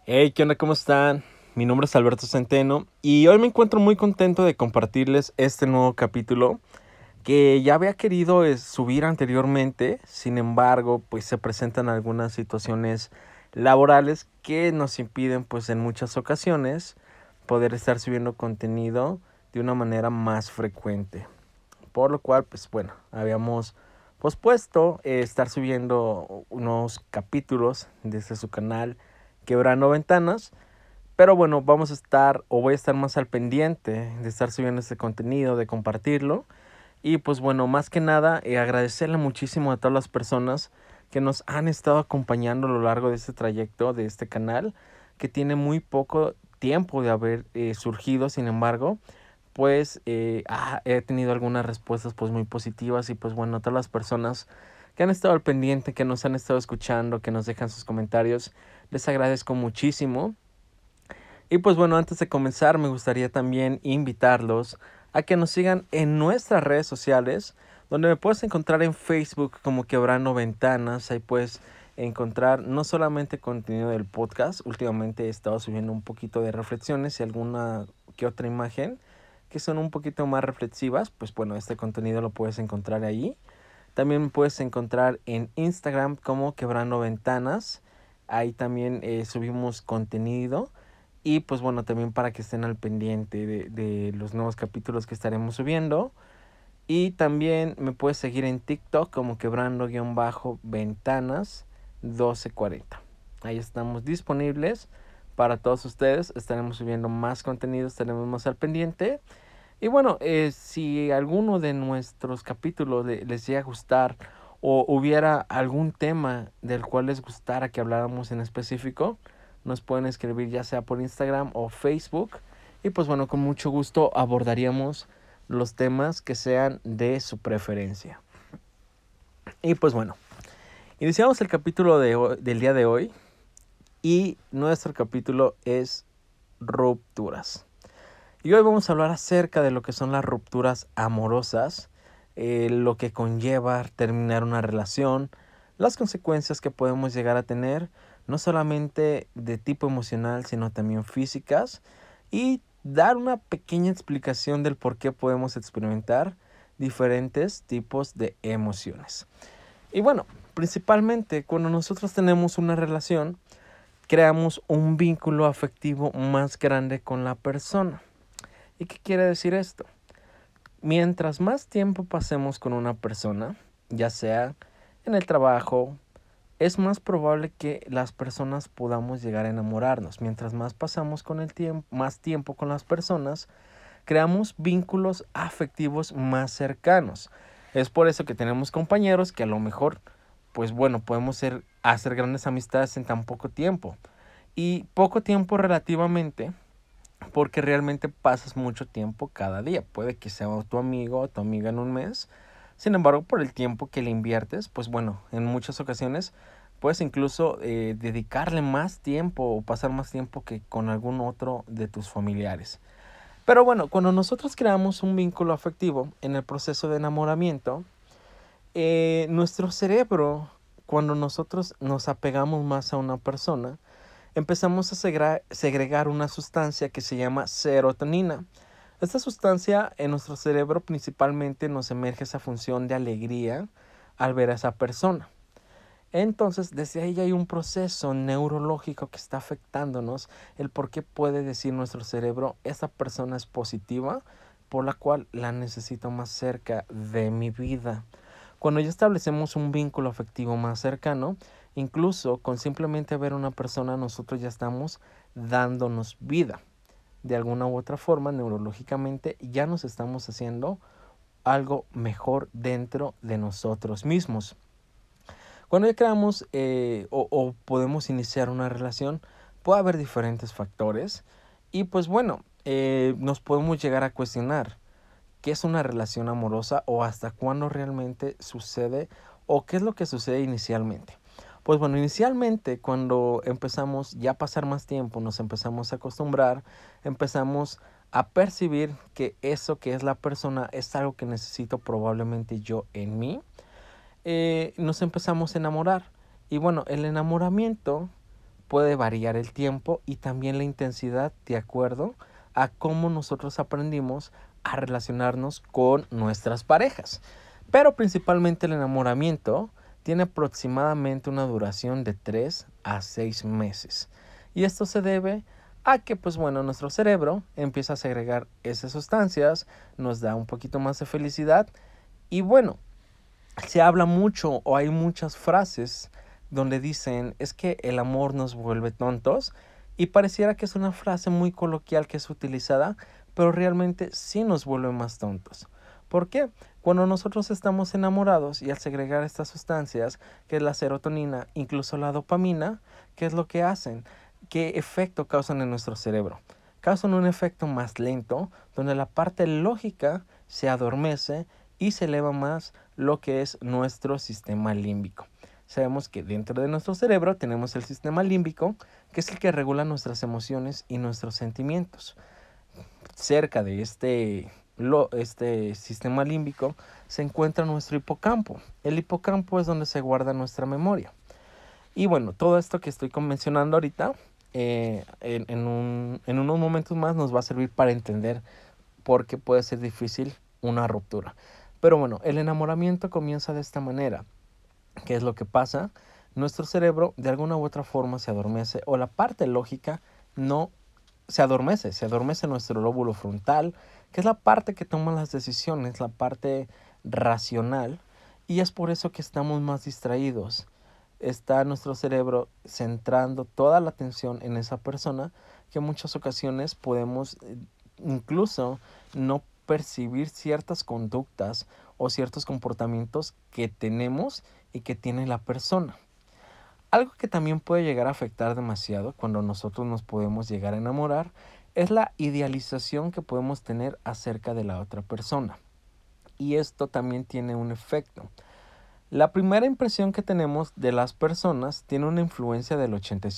Hey, ¿qué onda? ¿Cómo están? Mi nombre es Alberto Centeno y hoy me encuentro muy contento de compartirles este nuevo capítulo que ya había querido subir anteriormente. Sin embargo, pues se presentan algunas situaciones laborales que nos impiden pues en muchas ocasiones poder estar subiendo contenido de una manera más frecuente. Por lo cual, pues bueno, habíamos pospuesto estar subiendo unos capítulos desde su canal Quebrando Ventanas. Pero bueno, vamos a estar o voy a estar más al pendiente de estar subiendo este contenido, de compartirlo. Y pues bueno, más que nada, agradecerle muchísimo a todas las personas que nos han estado acompañando a lo largo de este trayecto de este canal, que tiene muy poco tiempo de haber surgido. Sin embargo, pues he tenido algunas respuestas pues muy positivas. Y pues bueno, a todas las personas que han estado al pendiente, que nos han estado escuchando, que nos dejan sus comentarios, les agradezco muchísimo. Y pues bueno, antes de comenzar me gustaría también invitarlos a que nos sigan en nuestras redes sociales, donde me puedes encontrar en Facebook como Quebrando Ventanas. Ahí puedes encontrar no solamente contenido del podcast, últimamente he estado subiendo un poquito de reflexiones y alguna que otra imagen que son un poquito más reflexivas. Pues bueno, este contenido lo puedes encontrar ahí. También me puedes encontrar en Instagram como Quebrando Ventanas. Ahí también subimos contenido. Y pues bueno, también para que estén al pendiente de los nuevos capítulos que estaremos subiendo. Y también me puedes seguir en TikTok como Quebrando-Ventanas 1240. Ahí estamos disponibles para todos ustedes. Estaremos subiendo más contenido, estaremos más al pendiente. Y bueno, si alguno de nuestros capítulos les llega a gustar o hubiera algún tema del cual les gustara que habláramos en específico, nos pueden escribir ya sea por Instagram o Facebook. Y pues bueno, con mucho gusto abordaríamos los temas que sean de su preferencia. Y pues bueno, iniciamos el capítulo del día de hoy y nuestro capítulo es rupturas. Y hoy vamos a hablar acerca de lo que son las rupturas amorosas, lo que conlleva terminar una relación, las consecuencias que podemos llegar a tener, no solamente de tipo emocional, sino también físicas, y dar una pequeña explicación del por qué podemos experimentar diferentes tipos de emociones. Y bueno, principalmente cuando nosotros tenemos una relación, creamos un vínculo afectivo más grande con la persona. ¿Y qué quiere decir esto? Mientras más tiempo pasemos con una persona, ya sea en el trabajo, es más probable que las personas podamos llegar a enamorarnos. Mientras más pasamos con el tiempo, más tiempo con las personas, creamos vínculos afectivos más cercanos. Es por eso que tenemos compañeros que a lo mejor, pues bueno, podemos hacer grandes amistades en tan poco tiempo. Y poco tiempo relativamente, porque realmente pasas mucho tiempo cada día. Puede que sea tu amigo o tu amiga en un mes. Sin embargo, por el tiempo que le inviertes, pues bueno, en muchas ocasiones puedes incluso dedicarle más tiempo o pasar más tiempo que con algún otro de tus familiares. Pero bueno, cuando nosotros creamos un vínculo afectivo en el proceso de enamoramiento, nuestro cerebro, cuando nosotros nos apegamos más a una persona, empezamos a segregar una sustancia que se llama serotonina. Esta sustancia en nuestro cerebro principalmente nos emerge esa función de alegría al ver a esa persona. Entonces, desde ahí hay un proceso neurológico que está afectándonos el por qué puede decir nuestro cerebro, esta persona es positiva, por la cual la necesito más cerca de mi vida. Cuando ya establecemos un vínculo afectivo más cercano, incluso con simplemente ver a una persona, nosotros ya estamos dándonos vida. De alguna u otra forma, neurológicamente, ya nos estamos haciendo algo mejor dentro de nosotros mismos. Cuando ya creamos o podemos iniciar una relación, puede haber diferentes factores. Y pues bueno, nos podemos llegar a cuestionar qué es una relación amorosa o hasta cuándo realmente sucede o qué es lo que sucede inicialmente. Pues bueno, inicialmente cuando empezamos ya a pasar más tiempo, nos empezamos a acostumbrar, empezamos a percibir que eso que es la persona es algo que necesito probablemente yo en mí. Nos empezamos a enamorar. Y bueno, el enamoramiento puede variar el tiempo y también la intensidad de acuerdo a cómo nosotros aprendimos a relacionarnos con nuestras parejas. Pero principalmente el enamoramiento tiene aproximadamente una duración de 3 a 6 meses. Y esto se debe a que, pues bueno, nuestro cerebro empieza a segregar esas sustancias, nos da un poquito más de felicidad y bueno, se habla mucho o hay muchas frases donde dicen es que el amor nos vuelve tontos y pareciera que es una frase muy coloquial que es utilizada, pero realmente sí nos vuelve más tontos. ¿Por qué? Cuando nosotros estamos enamorados y al segregar estas sustancias, que es la serotonina, incluso la dopamina, ¿qué es lo que hacen? ¿Qué efecto causan en nuestro cerebro? Causan un efecto más lento, donde la parte lógica se adormece y se eleva más lo que es nuestro sistema límbico. Sabemos que dentro de nuestro cerebro tenemos el sistema límbico, que es el que regula nuestras emociones y nuestros sentimientos. Cerca de este sistema límbico se encuentra nuestro hipocampo. El hipocampo es donde se guarda nuestra memoria. Y bueno, todo esto que estoy mencionando ahorita, en unos momentos más nos va a servir para entender por qué puede ser difícil una ruptura. Pero bueno, el enamoramiento comienza de esta manera. ¿Qué es lo que pasa? Nuestro cerebro de alguna u otra forma se adormece o la parte lógica no se adormece nuestro lóbulo frontal, que es la parte que toma las decisiones, la parte racional, y es por eso que estamos más distraídos. Está nuestro cerebro centrando toda la atención en esa persona, que en muchas ocasiones podemos incluso no percibir ciertas conductas o ciertos comportamientos que tenemos y que tiene la persona. Algo que también puede llegar a afectar demasiado cuando nosotros nos podemos llegar a enamorar es la idealización que podemos tener acerca de la otra persona. Y esto también tiene un efecto. La primera impresión que tenemos de las personas tiene una influencia del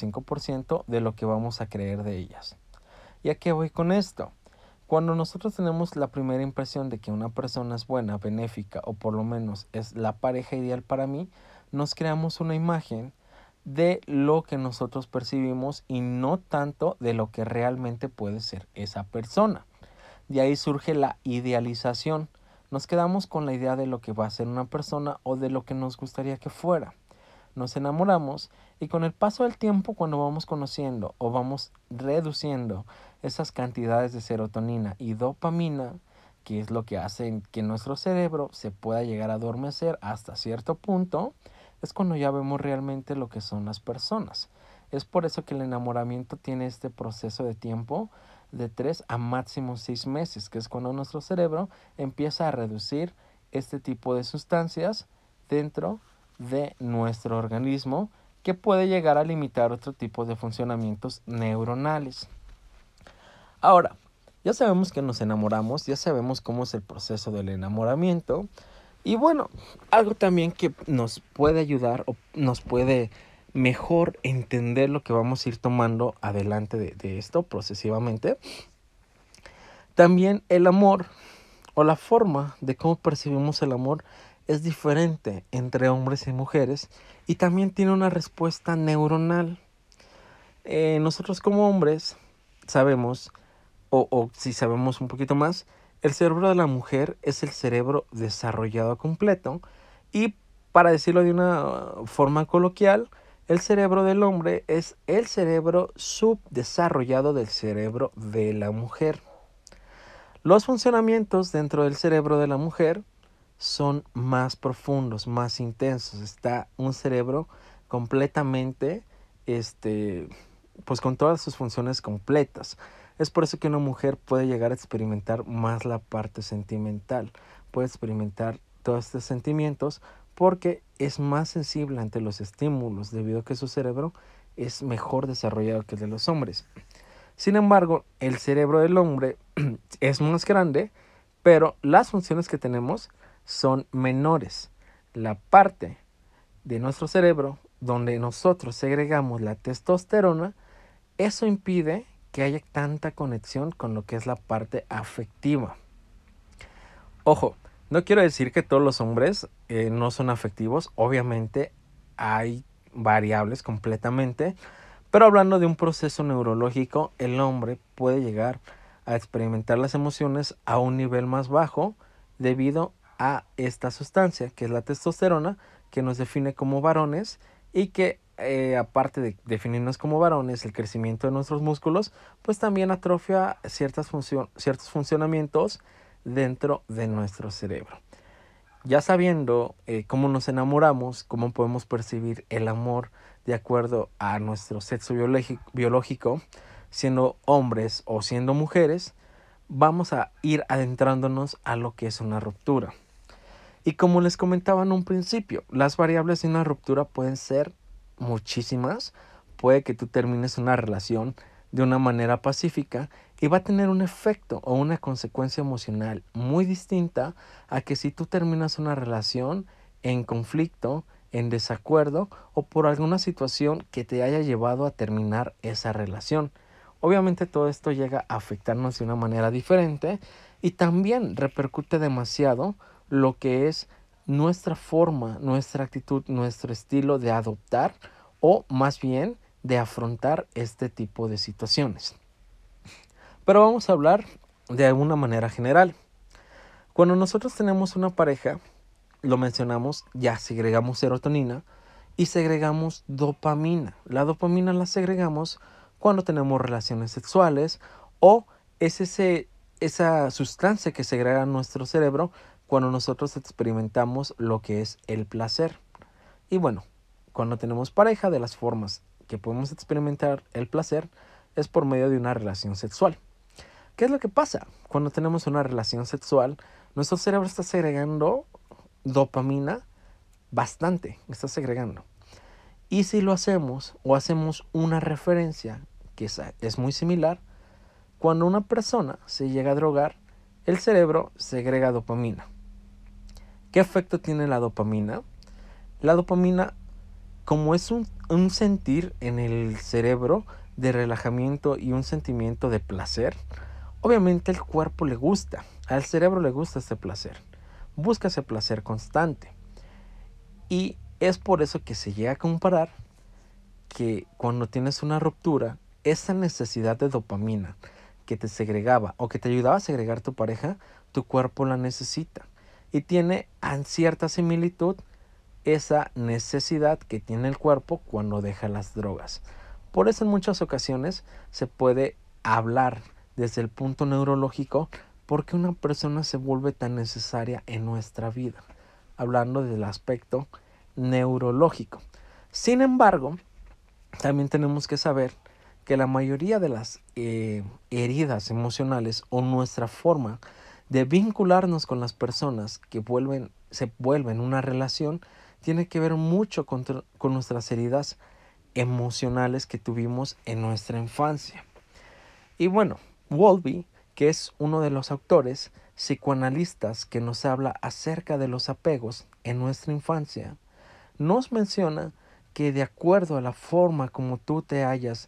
85% de lo que vamos a creer de ellas. ¿Y a qué voy con esto? Cuando nosotros tenemos la primera impresión de que una persona es buena, benéfica o por lo menos es la pareja ideal para mí, nos creamos una imagen de lo que nosotros percibimos y no tanto de lo que realmente puede ser esa persona. De ahí surge la idealización. Nos quedamos con la idea de lo que va a ser una persona o de lo que nos gustaría que fuera. Nos enamoramos y con el paso del tiempo, cuando vamos conociendo o vamos reduciendo esas cantidades de serotonina y dopamina, que es lo que hace que nuestro cerebro se pueda llegar a adormecer hasta cierto punto, es cuando ya vemos realmente lo que son las personas. Es por eso que el enamoramiento tiene este proceso de tiempo de 3 a máximo 6 meses, que es cuando nuestro cerebro empieza a reducir este tipo de sustancias dentro de nuestro organismo, que puede llegar a limitar otro tipo de funcionamientos neuronales. Ahora, ya sabemos que nos enamoramos, ya sabemos cómo es el proceso del enamoramiento. Y bueno, algo también que nos puede ayudar o nos puede mejor entender lo que vamos a ir tomando adelante de esto procesivamente. También el amor o la forma de cómo percibimos el amor es diferente entre hombres y mujeres y también tiene una respuesta neuronal. Nosotros como hombres sabemos, o si sabemos un poquito más, el cerebro de la mujer es el cerebro desarrollado completo y, para decirlo de una forma coloquial, el cerebro del hombre es el cerebro subdesarrollado del cerebro de la mujer. Los funcionamientos dentro del cerebro de la mujer son más profundos, más intensos. Está un cerebro completamente, pues con todas sus funciones completas. Es por eso que una mujer puede llegar a experimentar más la parte sentimental. Puede experimentar todos estos sentimientos porque es más sensible ante los estímulos debido a que su cerebro es mejor desarrollado que el de los hombres. Sin embargo, el cerebro del hombre es más grande, pero las funciones que tenemos son menores. La parte de nuestro cerebro donde nosotros segregamos la testosterona, eso impide que haya tanta conexión con lo que es la parte afectiva. Ojo, no quiero decir que todos los hombres no son afectivos. Obviamente hay variables completamente, Pero hablando de un proceso neurológico, el hombre puede llegar a experimentar las emociones a un nivel más bajo debido a esta sustancia, que es la testosterona, que nos define como varones y que aparte de definirnos como varones, el crecimiento de nuestros músculos, pues también atrofia ciertos funcionamientos dentro de nuestro cerebro. Ya sabiendo cómo nos enamoramos, cómo podemos percibir el amor de acuerdo a nuestro sexo biológico, siendo hombres o siendo mujeres, vamos a ir adentrándonos a lo que es una ruptura. Y como les comentaba en un principio, las variables de una ruptura pueden ser muchísimas. Puede que tú termines una relación de una manera pacífica y va a tener un efecto o una consecuencia emocional muy distinta a que si tú terminas una relación en conflicto, en desacuerdo o por alguna situación que te haya llevado a terminar esa relación. Obviamente todo esto llega a afectarnos de una manera diferente y también repercute demasiado lo que es nuestra forma, nuestra actitud, nuestro estilo de adoptar o más bien de afrontar este tipo de situaciones. Pero vamos a hablar de alguna manera general. Cuando nosotros tenemos una pareja, lo mencionamos, ya segregamos serotonina y segregamos dopamina. La dopamina la segregamos cuando tenemos relaciones sexuales o es esa sustancia que segrega nuestro cerebro cuando nosotros experimentamos lo que es el placer. Y bueno, cuando tenemos pareja, de las formas que podemos experimentar el placer es por medio de una relación sexual. ¿Qué es lo que pasa? Cuando tenemos una relación sexual, nuestro cerebro está segregando dopamina bastante, está segregando. Y si lo hacemos o hacemos una referencia que es muy similar, cuando una persona se llega a drogar, el cerebro segrega dopamina. ¿Qué efecto tiene la dopamina? La dopamina, como es un sentir en el cerebro de relajamiento y un sentimiento de placer, obviamente el cuerpo le gusta, al cerebro le gusta ese placer, busca ese placer constante. Y es por eso que se llega a comparar que cuando tienes una ruptura, esa necesidad de dopamina que te segregaba o que te ayudaba a segregar tu pareja, tu cuerpo la necesita. Y tiene en cierta similitud esa necesidad que tiene el cuerpo cuando deja las drogas. Por eso en muchas ocasiones se puede hablar desde el punto neurológico porque una persona se vuelve tan necesaria en nuestra vida, hablando del aspecto neurológico. Sin embargo, también tenemos que saber que la mayoría de las heridas emocionales o nuestra forma de vincularnos con las personas que se vuelven una relación tiene que ver mucho con nuestras heridas emocionales que tuvimos en nuestra infancia. Y bueno, Bowlby, que es uno de los autores psicoanalistas que nos habla acerca de los apegos en nuestra infancia, nos menciona que de acuerdo a la forma como tú te hayas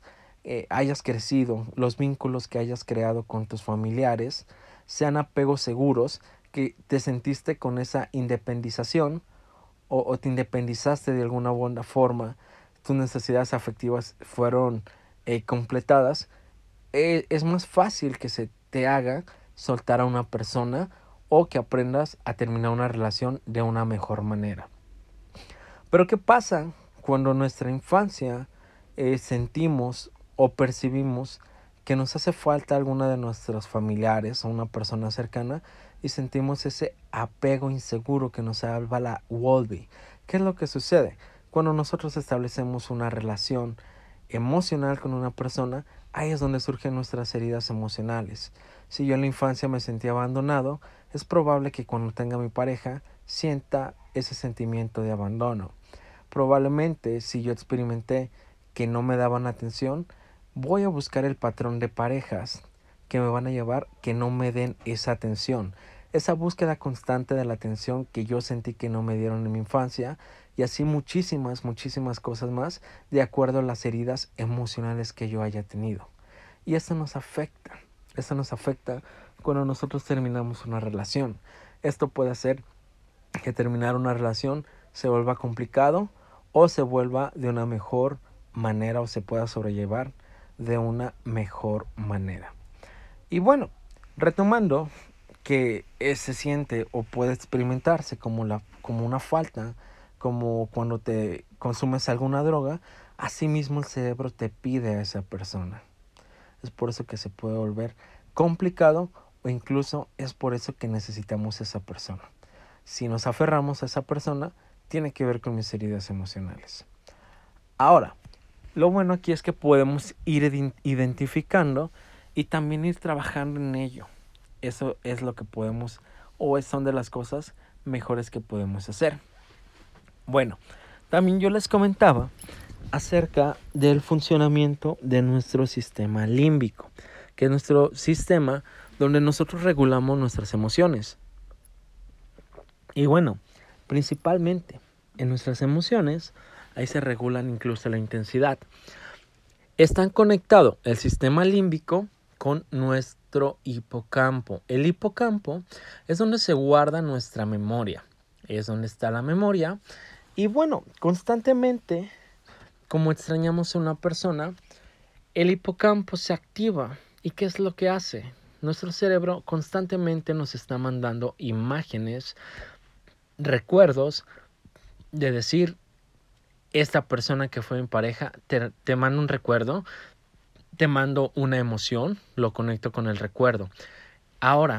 crecido, los vínculos que hayas creado con tus familiares, sean apegos seguros, que te sentiste con esa independización o te independizaste de alguna buena forma, tus necesidades afectivas fueron completadas, es más fácil que se te haga soltar a una persona o que aprendas a terminar una relación de una mejor manera. Pero ¿qué pasa cuando en nuestra infancia sentimos o percibimos que nos hace falta alguna de nuestros familiares o una persona cercana y sentimos ese apego inseguro que nos habla la Bowlby? ¿Qué es lo que sucede? Cuando nosotros establecemos una relación emocional con una persona, ahí es donde surgen nuestras heridas emocionales. Si yo en la infancia me sentí abandonado, es probable que cuando tenga mi pareja sienta ese sentimiento de abandono. Probablemente si yo experimenté que no me daban atención, voy a buscar el patrón de parejas que me van a llevar que no me den esa atención. Esa búsqueda constante de la atención que yo sentí que no me dieron en mi infancia y así muchísimas cosas más de acuerdo a las heridas emocionales que yo haya tenido. Y esto nos afecta cuando nosotros terminamos una relación. Esto puede hacer que terminar una relación se vuelva complicado o se vuelva de una mejor manera o se pueda sobrellevar de una mejor manera. Y bueno, retomando que se siente o puede experimentarse como una falta, como cuando te consumes alguna droga, asimismo el cerebro te pide a esa persona. Es por eso que se puede volver complicado o incluso es por eso que necesitamos a esa persona. Si nos aferramos a esa persona, tiene que ver con mis heridas emocionales. Ahora, lo bueno aquí es que podemos ir identificando y también ir trabajando en ello. Eso es lo que podemos, o son de las cosas mejores que podemos hacer. Bueno, también yo les comentaba acerca del funcionamiento de nuestro sistema límbico, que es nuestro sistema donde nosotros regulamos nuestras emociones. Y bueno, principalmente en nuestras emociones, ahí se regulan incluso la intensidad. Están conectados el sistema límbico con nuestro hipocampo. El hipocampo es donde se guarda nuestra memoria, es donde está la memoria. Y bueno, constantemente, como extrañamos a una persona, el hipocampo se activa. ¿Y qué es lo que hace? Nuestro cerebro constantemente nos está mandando imágenes, recuerdos de decir, esta persona que fue mi pareja, te mando un recuerdo, te mando una emoción, lo conecto con el recuerdo. Ahora,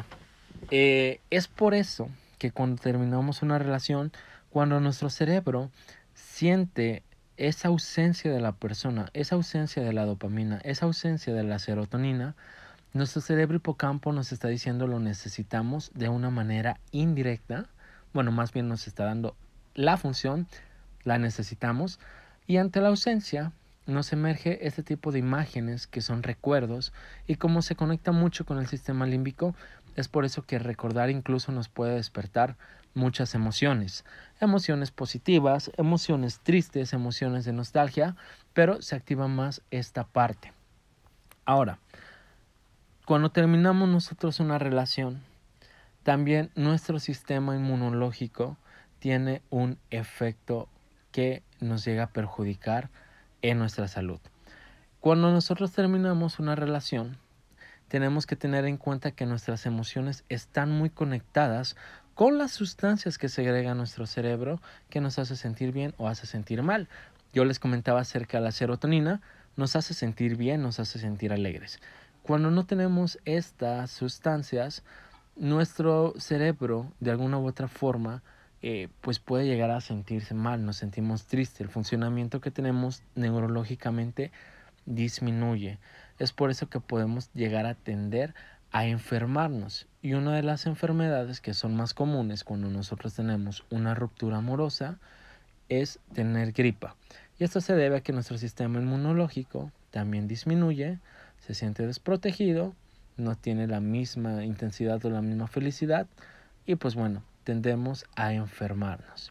es por eso que cuando terminamos una relación, cuando nuestro cerebro siente esa ausencia de la persona, esa ausencia de la dopamina, esa ausencia de la serotonina, nuestro cerebro hipocampo nos está diciendo lo necesitamos de una manera indirecta. Bueno, más bien nos está dando la función, la necesitamos. Y ante la ausencia nos emerge este tipo de imágenes que son recuerdos. Y como se conecta mucho con el sistema límbico, es por eso que recordar incluso nos puede despertar muchas emociones. Emociones positivas, emociones tristes, emociones de nostalgia, pero se activa más esta parte. Ahora, cuando terminamos nosotros una relación, también nuestro sistema inmunológico tiene un efecto que nos llega a perjudicar en nuestra salud. Cuando nosotros terminamos una relación, tenemos que tener en cuenta que nuestras emociones están muy conectadas con las sustancias que segrega nuestro cerebro que nos hace sentir bien o hace sentir mal. Yo les comentaba acerca de la serotonina, nos hace sentir bien, nos hace sentir alegres. Cuando no tenemos estas sustancias, nuestro cerebro de alguna u otra forma pues puede llegar a sentirse mal, nos sentimos tristes, el funcionamiento que tenemos neurológicamente disminuye. Es por eso que podemos llegar a tender a enfermarnos. Y una de las enfermedades que son más comunes cuando nosotros tenemos una ruptura amorosa es tener gripa. Y esto se debe a que nuestro sistema inmunológico también disminuye, se siente desprotegido, no tiene la misma intensidad o la misma felicidad y pues bueno, tendemos a enfermarnos.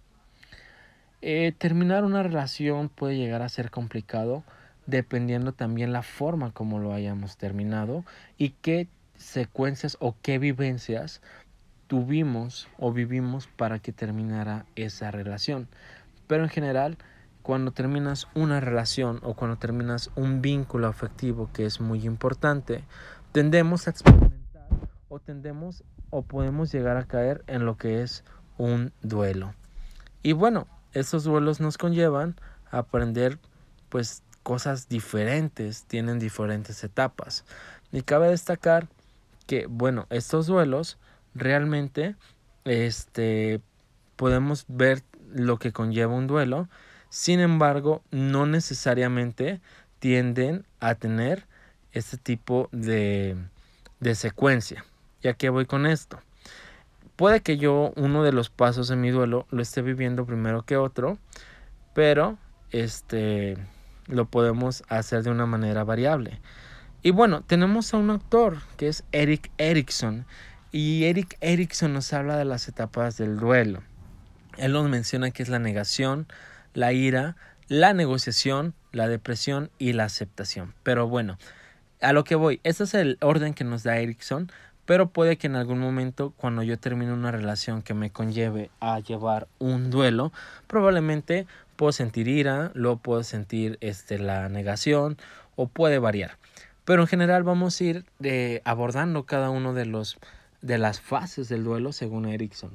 Terminar una relación puede llegar a ser complicado dependiendo también la forma como lo hayamos terminado y qué secuencias o qué vivencias tuvimos o vivimos para que terminara esa relación. Pero en general, cuando terminas una relación o cuando terminas un vínculo afectivo que es muy importante, tendemos a experimentar o podemos llegar a caer en lo que es un duelo. Y bueno, esos duelos nos conllevan a aprender pues cosas diferentes, tienen diferentes etapas. Y cabe destacar que bueno, estos duelos realmente podemos ver lo que conlleva un duelo, sin embargo, no necesariamente tienden a tener este tipo de secuencia. ¿Ya que voy con esto? Puede que yo uno de los pasos de mi duelo lo esté viviendo primero que otro, pero lo podemos hacer de una manera variable. Y bueno, tenemos a un autor que es Erik Erikson. Y Erik Erikson nos habla de las etapas del duelo. Él nos menciona que es la negación, la ira, la negociación, la depresión y la aceptación. Pero bueno, a lo que voy, este es el orden que nos da Erikson, pero puede que en algún momento cuando yo termine una relación que me conlleve a llevar un duelo, probablemente Puedo sentir ira, luego puedo sentir la negación o puede variar. Pero en general vamos a ir abordando cada uno de las fases del duelo según Erikson.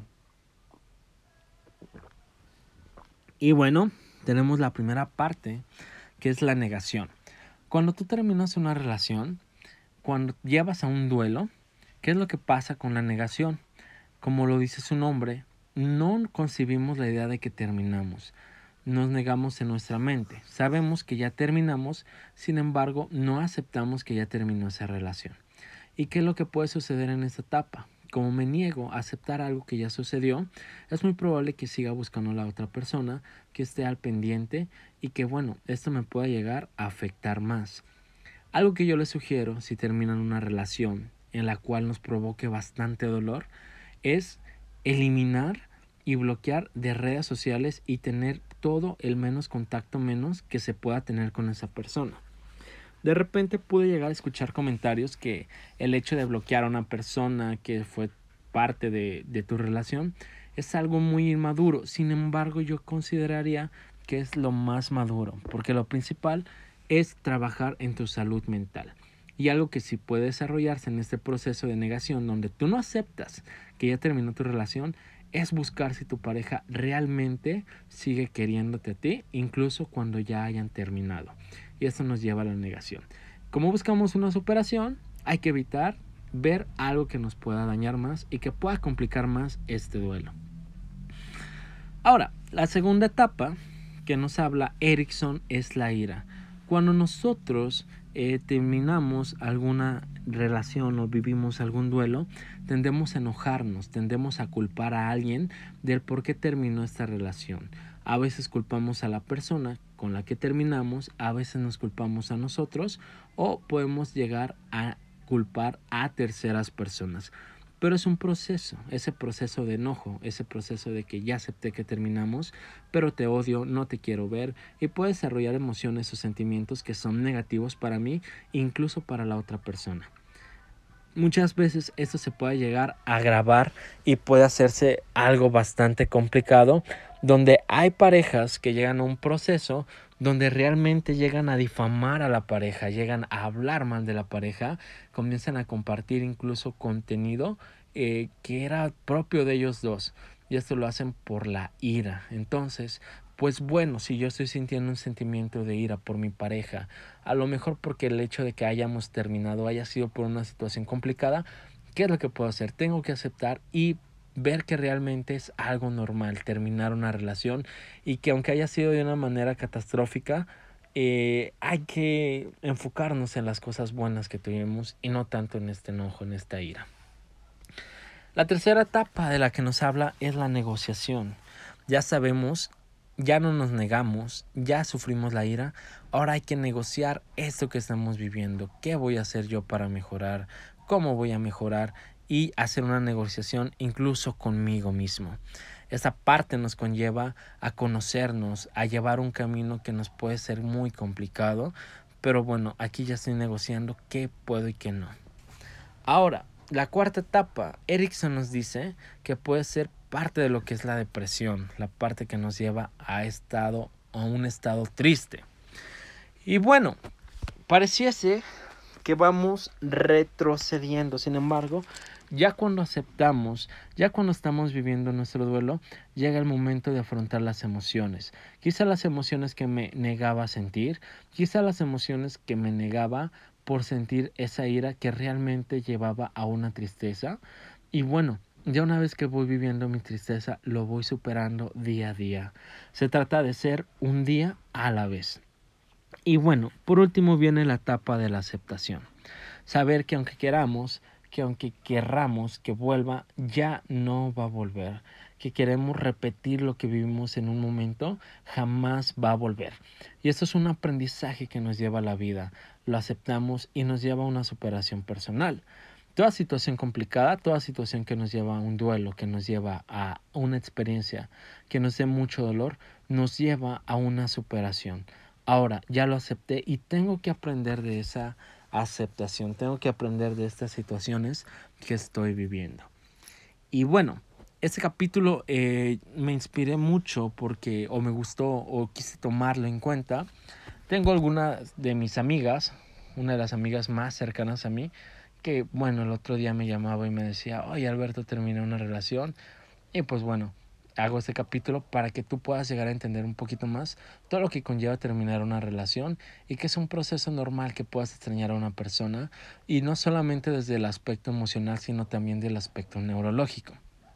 Y bueno, tenemos la primera parte, que es la negación. Cuando tú terminas una relación, cuando llevas a un duelo, ¿qué es lo que pasa con la negación? Como lo dice su nombre, no concebimos la idea de que terminamos. Nos negamos en nuestra mente. Sabemos que ya terminamos, sin embargo, no aceptamos que ya terminó esa relación. ¿Y qué es lo que puede suceder en esta etapa? Como me niego a aceptar algo que ya sucedió, es muy probable que siga buscando a la otra persona, que esté al pendiente y que bueno, esto me pueda llegar a afectar más. Algo que yo les sugiero si terminan una relación en la cual nos provoque bastante dolor es eliminar y bloquear de redes sociales y tener todo el menos contacto menos que se pueda tener con esa persona. De repente pude llegar a escuchar comentarios que el hecho de bloquear a una persona que fue parte de tu relación es algo muy inmaduro. Sin embargo, yo consideraría que es lo más maduro, porque lo principal es trabajar en tu salud mental. Y algo que sí puede desarrollarse en este proceso de negación, donde tú no aceptas que ya terminó tu relación, es buscar si tu pareja realmente sigue queriéndote a ti, incluso cuando ya hayan terminado. Y esto nos lleva a la negación. Como buscamos una superación, hay que evitar ver algo que nos pueda dañar más y que pueda complicar más este duelo. Ahora, la segunda etapa que nos habla Erikson es la ira. Cuando nosotros terminamos alguna relación o vivimos algún duelo, tendemos a enojarnos, tendemos a culpar a alguien del por qué terminó esta relación. A veces culpamos a la persona con la que terminamos, a veces nos culpamos a nosotros o podemos llegar a culpar a terceras personas. Pero es un proceso, ese proceso de enojo, ese proceso de que ya acepté que terminamos, pero te odio, no te quiero ver, y puedes desarrollar emociones o sentimientos que son negativos para mí, incluso para la otra persona. Muchas veces esto se puede llegar a agravar y puede hacerse algo bastante complicado, donde hay parejas que llegan a un proceso donde realmente llegan a difamar a la pareja, llegan a hablar mal de la pareja, comienzan a compartir incluso contenido que era propio de ellos dos. Y esto lo hacen por la ira. Entonces, pues bueno, si yo estoy sintiendo un sentimiento de ira por mi pareja, a lo mejor porque el hecho de que hayamos terminado haya sido por una situación complicada, ¿qué es lo que puedo hacer? Tengo que aceptar y ver que realmente es algo normal terminar una relación y que aunque haya sido de una manera catastrófica, hay que enfocarnos en las cosas buenas que tuvimos y no tanto en este enojo, en esta ira. La tercera etapa de la que nos habla es la negociación. Ya sabemos, ya no nos negamos, ya sufrimos la ira, ahora hay que negociar esto que estamos viviendo. ¿Qué voy a hacer yo para mejorar? ¿Cómo voy a mejorar? Y hacer una negociación incluso conmigo mismo. Esta parte nos conlleva a conocernos, a llevar un camino que nos puede ser muy complicado, pero bueno, aquí ya estoy negociando qué puedo y qué no. Ahora, la cuarta etapa, Erikson nos dice que puede ser parte de lo que es la depresión, la parte que nos lleva a un estado triste. Y bueno, pareciese que vamos retrocediendo. Sin embargo, ya cuando aceptamos, ya cuando estamos viviendo nuestro duelo, llega el momento de afrontar las emociones. Quizá las emociones que me negaba a sentir, quizá las emociones que me negaba por sentir esa ira que realmente llevaba a una tristeza. Y bueno, ya una vez que voy viviendo mi tristeza, lo voy superando día a día. Se trata de ser un día a la vez. Y bueno, por último viene la etapa de la aceptación. Saber que aunque queramos, que aunque querramos que vuelva, ya no va a volver. Que queremos repetir lo que vivimos en un momento, jamás va a volver. Y esto es un aprendizaje que nos lleva a la vida. Lo aceptamos y nos lleva a una superación personal. Toda situación complicada, toda situación que nos lleva a un duelo, que nos lleva a una experiencia, que nos dé mucho dolor, nos lleva a una superación. Ahora, ya lo acepté y tengo que aprender de esa aceptación, tengo que aprender de estas situaciones que estoy viviendo. Y bueno, Este capítulo me inspiré mucho porque o me gustó o quise tomarlo en cuenta. Tengo algunas de mis amigas, una de las amigas más cercanas a mí, que bueno, el otro día me llamaba y me decía, oye Alberto, terminé una relación. Y pues bueno, hago este capítulo para que tú puedas llegar a entender un poquito más todo lo que conlleva terminar una relación y que es un proceso normal que puedas extrañar a una persona y no solamente desde el aspecto emocional, sino también del aspecto neurológico.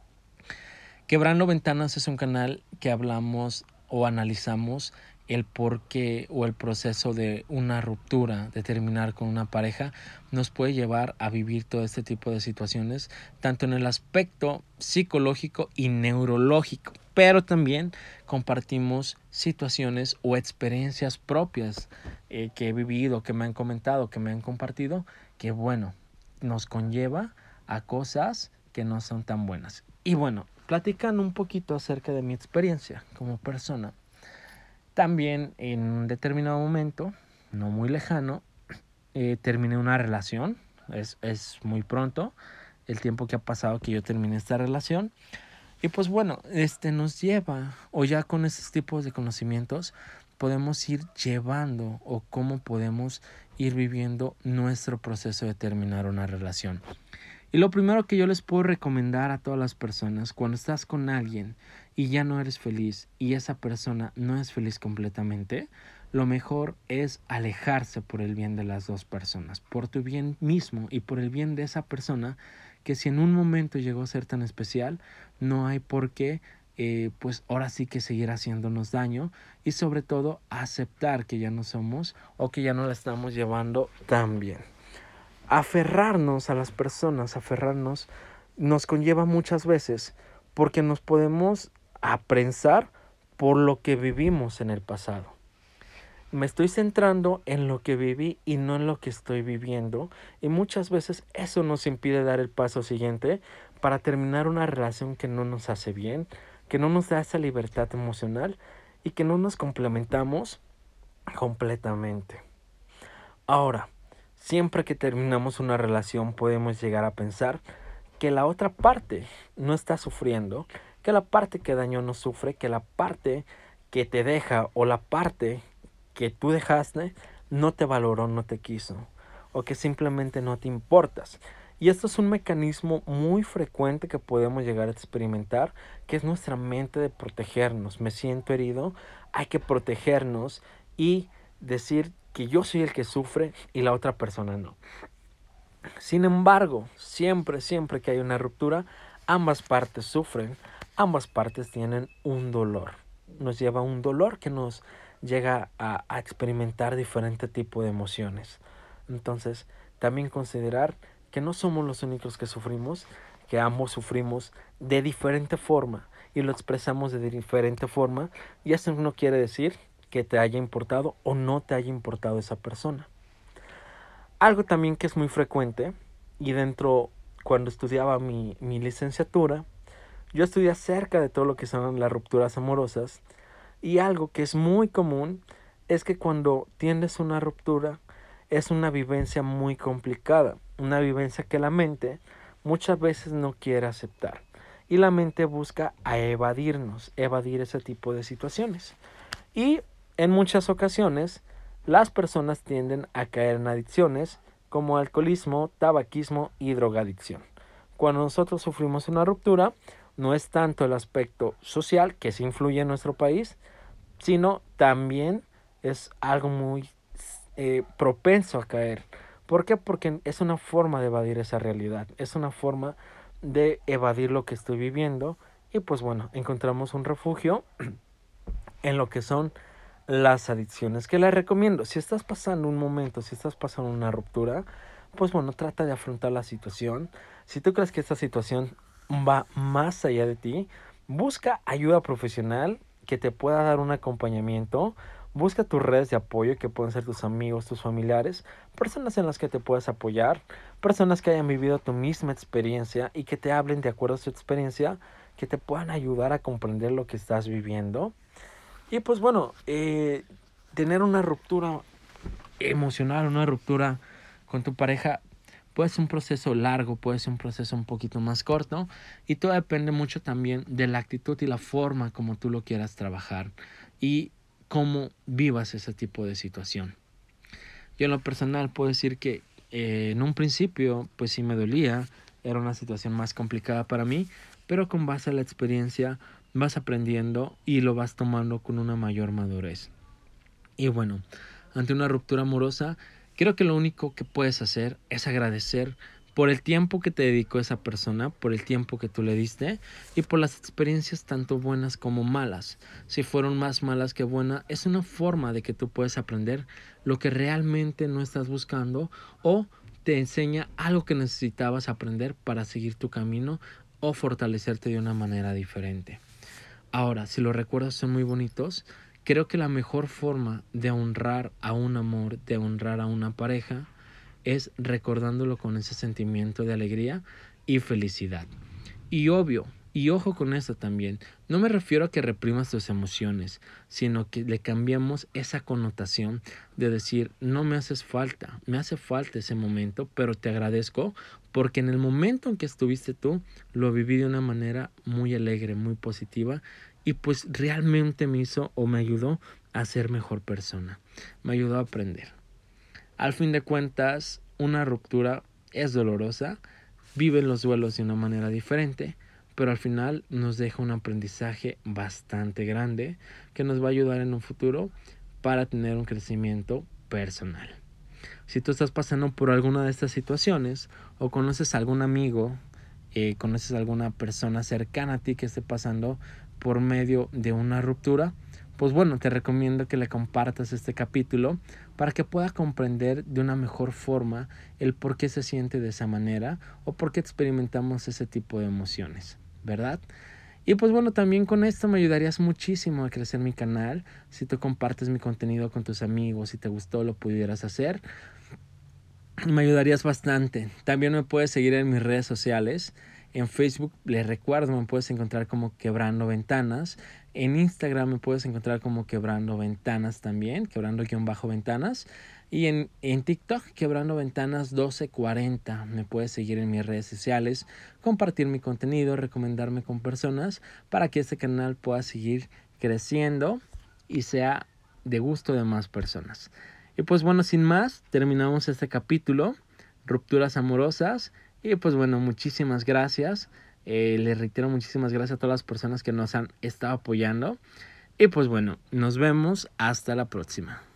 Quebrando Ventanas es un canal que hablamos o analizamos el porqué o el proceso de una ruptura, de terminar con una pareja, nos puede llevar a vivir todo este tipo de situaciones, tanto en el aspecto psicológico y neurológico, pero también compartimos situaciones o experiencias propias que he vivido, que me han comentado, que me han compartido, que bueno, nos conlleva a cosas que no son tan buenas. Y bueno, platicando un poquito acerca de mi experiencia como persona, también en un determinado momento, no muy lejano, terminé una relación. Es muy pronto el tiempo que ha pasado que yo terminé esta relación. Y pues bueno, nos lleva, o ya con estos tipos de conocimientos, podemos ir llevando o cómo podemos ir viviendo nuestro proceso de terminar una relación. Y lo primero que yo les puedo recomendar a todas las personas, cuando estás con alguien y ya no eres feliz y esa persona no es feliz completamente, lo mejor es alejarse por el bien de las dos personas, por tu bien mismo y por el bien de esa persona, que si en un momento llegó a ser tan especial, no hay por qué pues ahora sí que seguir haciéndonos daño y sobre todo aceptar que ya no somos o que ya no la estamos llevando tan bien. Aferrarnos a las personas, aferrarnos, nos conlleva muchas veces porque nos podemos aprensar por lo que vivimos en el pasado. Me estoy centrando en lo que viví y no en lo que estoy viviendo, y muchas veces eso nos impide dar el paso siguiente para terminar una relación que no nos hace bien, que no nos da esa libertad emocional y que no nos complementamos completamente. Ahora, siempre que terminamos una relación podemos llegar a pensar que la otra parte no está sufriendo, que la parte que dañó no sufre, que la parte que te deja o la parte que tú dejaste no te valoró, no te quiso, o que simplemente no te importas. Y esto es un mecanismo muy frecuente que podemos llegar a experimentar, que es nuestra mente de protegernos. Me siento herido, hay que protegernos y decir que yo soy el que sufre y la otra persona no. Sin embargo, siempre que hay una ruptura, ambas partes sufren, ambas partes tienen un dolor. Nos lleva a un dolor que nos llega a experimentar diferente tipo de emociones. Entonces, también considerar que no somos los únicos que sufrimos, que ambos sufrimos de diferente forma y lo expresamos de diferente forma, y eso no quiere decir que te haya importado o no te haya importado esa persona. Algo también que es muy frecuente, y cuando estudiaba mi licenciatura, yo estudié acerca de todo lo que son las rupturas amorosas, y algo que es muy común es que cuando tienes una ruptura es una vivencia muy complicada, una vivencia que la mente muchas veces no quiere aceptar, y la mente busca a evadir ese tipo de situaciones. Y en muchas ocasiones las personas tienden a caer en adicciones como alcoholismo, tabaquismo y drogadicción. Cuando nosotros sufrimos una ruptura, no es tanto el aspecto social que se influye en nuestro país, sino también es algo muy propenso a caer. ¿Por qué? Porque es una forma de evadir esa realidad, es una forma de evadir lo que estoy viviendo, y pues bueno, encontramos un refugio en lo que son las adicciones, que les recomiendo. Si estás pasando un momento, si estás pasando una ruptura, pues bueno, trata de afrontar la situación. Si tú crees que esta situación va más allá de ti, busca ayuda profesional que te pueda dar un acompañamiento. Busca tus redes de apoyo, que pueden ser tus amigos, tus familiares, personas en las que te puedas apoyar, personas que hayan vivido tu misma experiencia y que te hablen de acuerdo a su experiencia, que te puedan ayudar a comprender lo que estás viviendo. Y pues bueno, tener una ruptura emocional, una ruptura con tu pareja Puede ser un proceso largo, puede ser un proceso un poquito más corto, y todo depende mucho también de la actitud y la forma como tú lo quieras trabajar y cómo vivas ese tipo de situación. Yo en lo personal puedo decir que en un principio pues sí me dolía, era una situación más complicada para mí, pero con base a la experiencia vas aprendiendo y lo vas tomando con una mayor madurez. Y bueno, ante una ruptura amorosa, creo que lo único que puedes hacer es agradecer por el tiempo que te dedicó esa persona, por el tiempo que tú le diste y por las experiencias tanto buenas como malas. Si fueron más malas que buenas, es una forma de que tú puedes aprender lo que realmente no estás buscando o te enseña algo que necesitabas aprender para seguir tu camino o fortalecerte de una manera diferente. Ahora, si los recuerdos son muy bonitos, creo que la mejor forma de honrar a un amor, de honrar a una pareja, es recordándolo con ese sentimiento de alegría y felicidad. Y obvio, y ojo con esto también, no me refiero a que reprimas tus emociones, sino que le cambiamos esa connotación de decir, no me haces falta, me hace falta ese momento, pero te agradezco porque en el momento en que estuviste tú, lo viví de una manera muy alegre, muy positiva, y pues realmente me hizo o me ayudó a ser mejor persona, me ayudó a aprender. Al fin de cuentas, una ruptura es dolorosa, viven los duelos de una manera diferente, pero al final nos deja un aprendizaje bastante grande que nos va a ayudar en un futuro para tener un crecimiento personal. Si tú estás pasando por alguna de estas situaciones o conoces a algún amigo, conoces a alguna persona cercana a ti que esté pasando por medio de una ruptura, pues bueno, te recomiendo que le compartas este capítulo para que pueda comprender de una mejor forma el por qué se siente de esa manera o por qué experimentamos ese tipo de emociones, ¿verdad? Y pues bueno, también con esto me ayudarías muchísimo a crecer mi canal. Si tú compartes mi contenido con tus amigos, si te gustó, lo pudieras hacer, me ayudarías bastante. También me puedes seguir en mis redes sociales. En Facebook, les recuerdo, me puedes encontrar como Quebrando Ventanas. En Instagram me puedes encontrar como Quebrando Ventanas también, Quebrando-Ventanas. Y en TikTok, Quebrando Ventanas 1240. Me puedes seguir en mis redes sociales, compartir mi contenido, recomendarme con personas para que este canal pueda seguir creciendo y sea de gusto de más personas. Y pues bueno, sin más, terminamos este capítulo, rupturas amorosas. Y pues bueno, muchísimas gracias. Les reitero muchísimas gracias a todas las personas que nos han estado apoyando. Y pues bueno, nos vemos hasta la próxima.